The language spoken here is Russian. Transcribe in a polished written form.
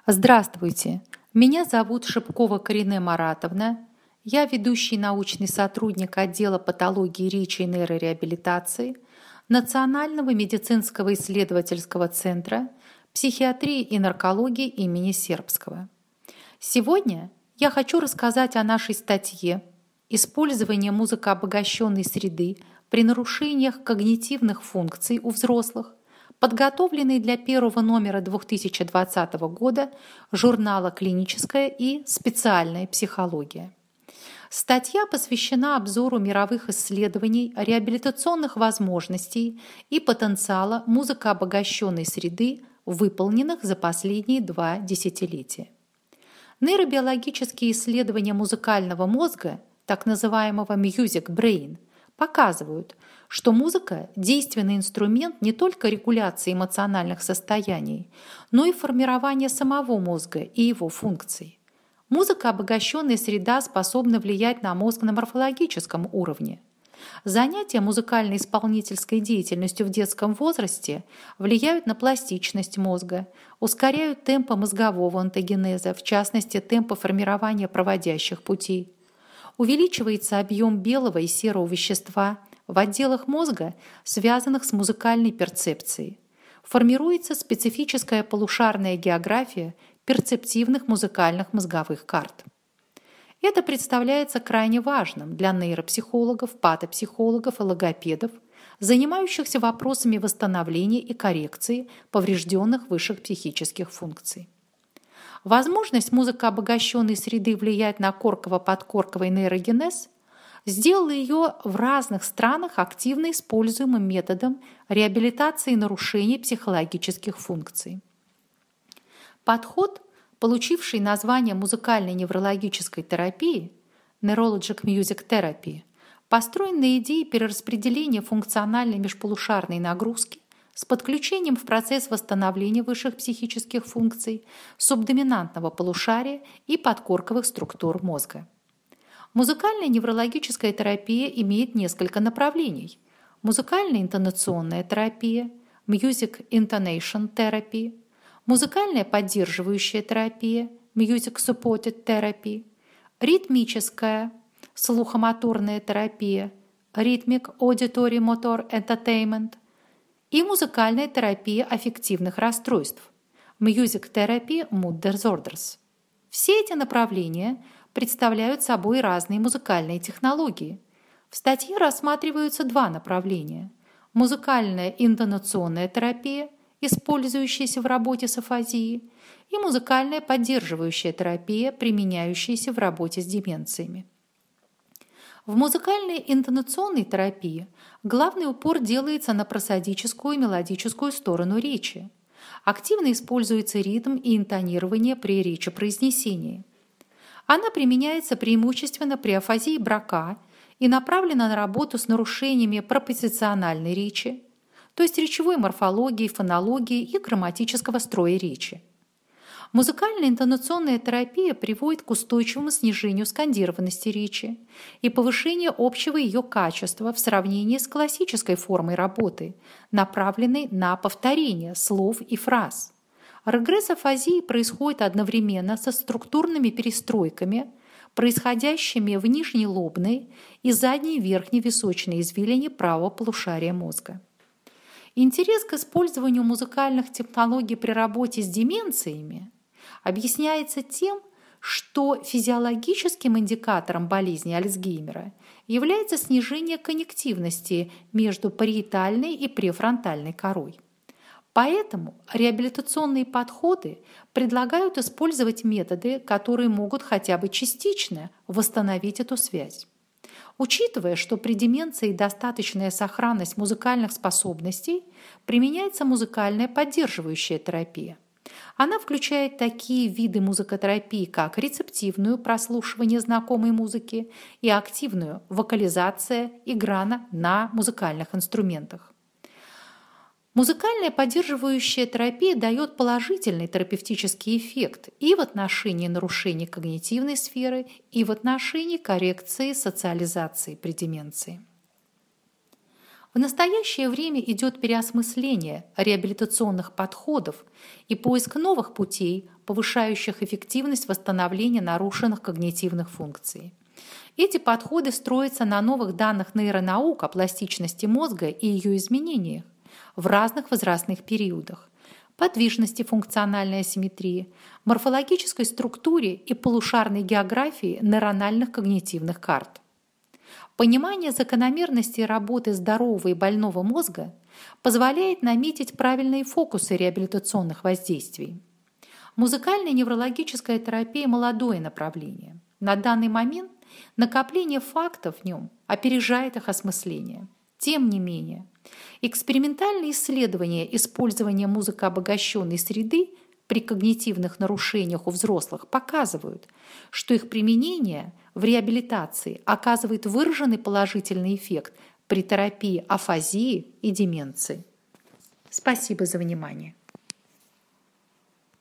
Здравствуйте, меня зовут Шипкова Карине Маратовна. Я ведущий научный сотрудник отдела патологии речи и нейрореабилитации Национального медицинского исследовательского центра психиатрии и наркологии имени Сербского. Сегодня я хочу рассказать о нашей статье «Использование музыкообогащенной среды при нарушениях когнитивных функций у взрослых», подготовленный для первого номера 2020 года журнала «Клиническая и специальная психология». Статья посвящена обзору мировых исследований реабилитационных возможностей и потенциала музыкообогащенной среды, выполненных за последние 2 десятилетия. Нейробиологические исследования музыкального мозга, так называемого music brain, показывают, что музыка – действенный инструмент не только регуляции эмоциональных состояний, но и формирования самого мозга и его функций. Музыкообогащенная среда способна влиять на мозг на морфологическом уровне. Занятия музыкально-исполнительской деятельностью в детском возрасте влияют на пластичность мозга, ускоряют темпы мозгового онтогенеза, в частности, темпы формирования проводящих путей. Увеличивается объем белого и серого вещества в отделах мозга, связанных с музыкальной перцепцией. Формируется специфическая полушарная география перцептивных музыкальных мозговых карт. Это представляется крайне важным для нейропсихологов, патопсихологов и логопедов, занимающихся вопросами восстановления и коррекции поврежденных высших психических функций. Возможность музыкообогащенной среды влиять на корково-подкорковый нейрогенез сделала ее в разных странах активно используемым методом реабилитации нарушений психологических функций. Подход, получивший название музыкальной неврологической терапии Neurologic Music Therapy, построен на идее перераспределения функциональной межполушарной нагрузки с подключением в процесс восстановления высших психических функций субдоминантного полушария и подкорковых структур мозга. Музыкальная неврологическая терапия имеет несколько направлений. Музыкальная интонационная терапия, Music Intonation Therapy, музыкальная поддерживающая терапия, Music Supported Therapy, ритмическая слухомоторная терапия, Rhythmic Auditory Motor Entertainment и музыкальная терапия аффективных расстройств, Music Therapy Mood Disorders. Все эти направления представляют собой разные музыкальные технологии. В статье рассматриваются 2 направления – музыкальная интонационная терапия, использующаяся в работе с афазией, и музыкальная поддерживающая терапия, применяющаяся в работе с деменциями. В музыкальной интонационной терапии главный упор делается на просодическую и мелодическую сторону речи. Активно используется ритм и интонирование при речепроизнесении. Она применяется преимущественно при афазии Брака и направлена на работу с нарушениями пропозициональной речи, то есть речевой морфологии, фонологии и грамматического строя речи. Музыкальная интонационная терапия приводит к устойчивому снижению скандированности речи и повышению общего ее качества в сравнении с классической формой работы, направленной на повторение слов и фраз. Регресс афазии происходит одновременно со структурными перестройками, происходящими в нижней лобной и задней верхней височной извилине правого полушария мозга. Интерес к использованию музыкальных технологий при работе с деменциями объясняется тем, что физиологическим индикатором болезни Альцгеймера является снижение коннективности между париетальной и префронтальной корой. Поэтому реабилитационные подходы предлагают использовать методы, которые могут хотя бы частично восстановить эту связь. Учитывая, что при деменции достаточная сохранность музыкальных способностей, применяется музыкальная поддерживающая терапия. Она включает такие виды музыкотерапии, как рецептивную прослушивание знакомой музыки и активную вокализация, игра на музыкальных инструментах. Музыкальная поддерживающая терапия дает положительный терапевтический эффект и в отношении нарушений когнитивной сферы, и в отношении коррекции социализации при деменции. В настоящее время идет переосмысление реабилитационных подходов и поиск новых путей, повышающих эффективность восстановления нарушенных когнитивных функций. Эти подходы строятся на новых данных нейронаук о пластичности мозга и ее изменениях в разных возрастных периодах, подвижности функциональной асимметрии, морфологической структуре и полушарной географии нейрональных когнитивных карт. Понимание закономерностей работы здорового и больного мозга позволяет наметить правильные фокусы реабилитационных воздействий. Музыкальная неврологическая терапия – молодое направление. На данный момент накопление фактов в нем опережает их осмысление. Тем не менее, экспериментальные исследования использования музыкообогащенной среды при когнитивных нарушениях у взрослых показывают, что их применение в реабилитации оказывает выраженный положительный эффект при терапии афазии и деменции. Спасибо за внимание.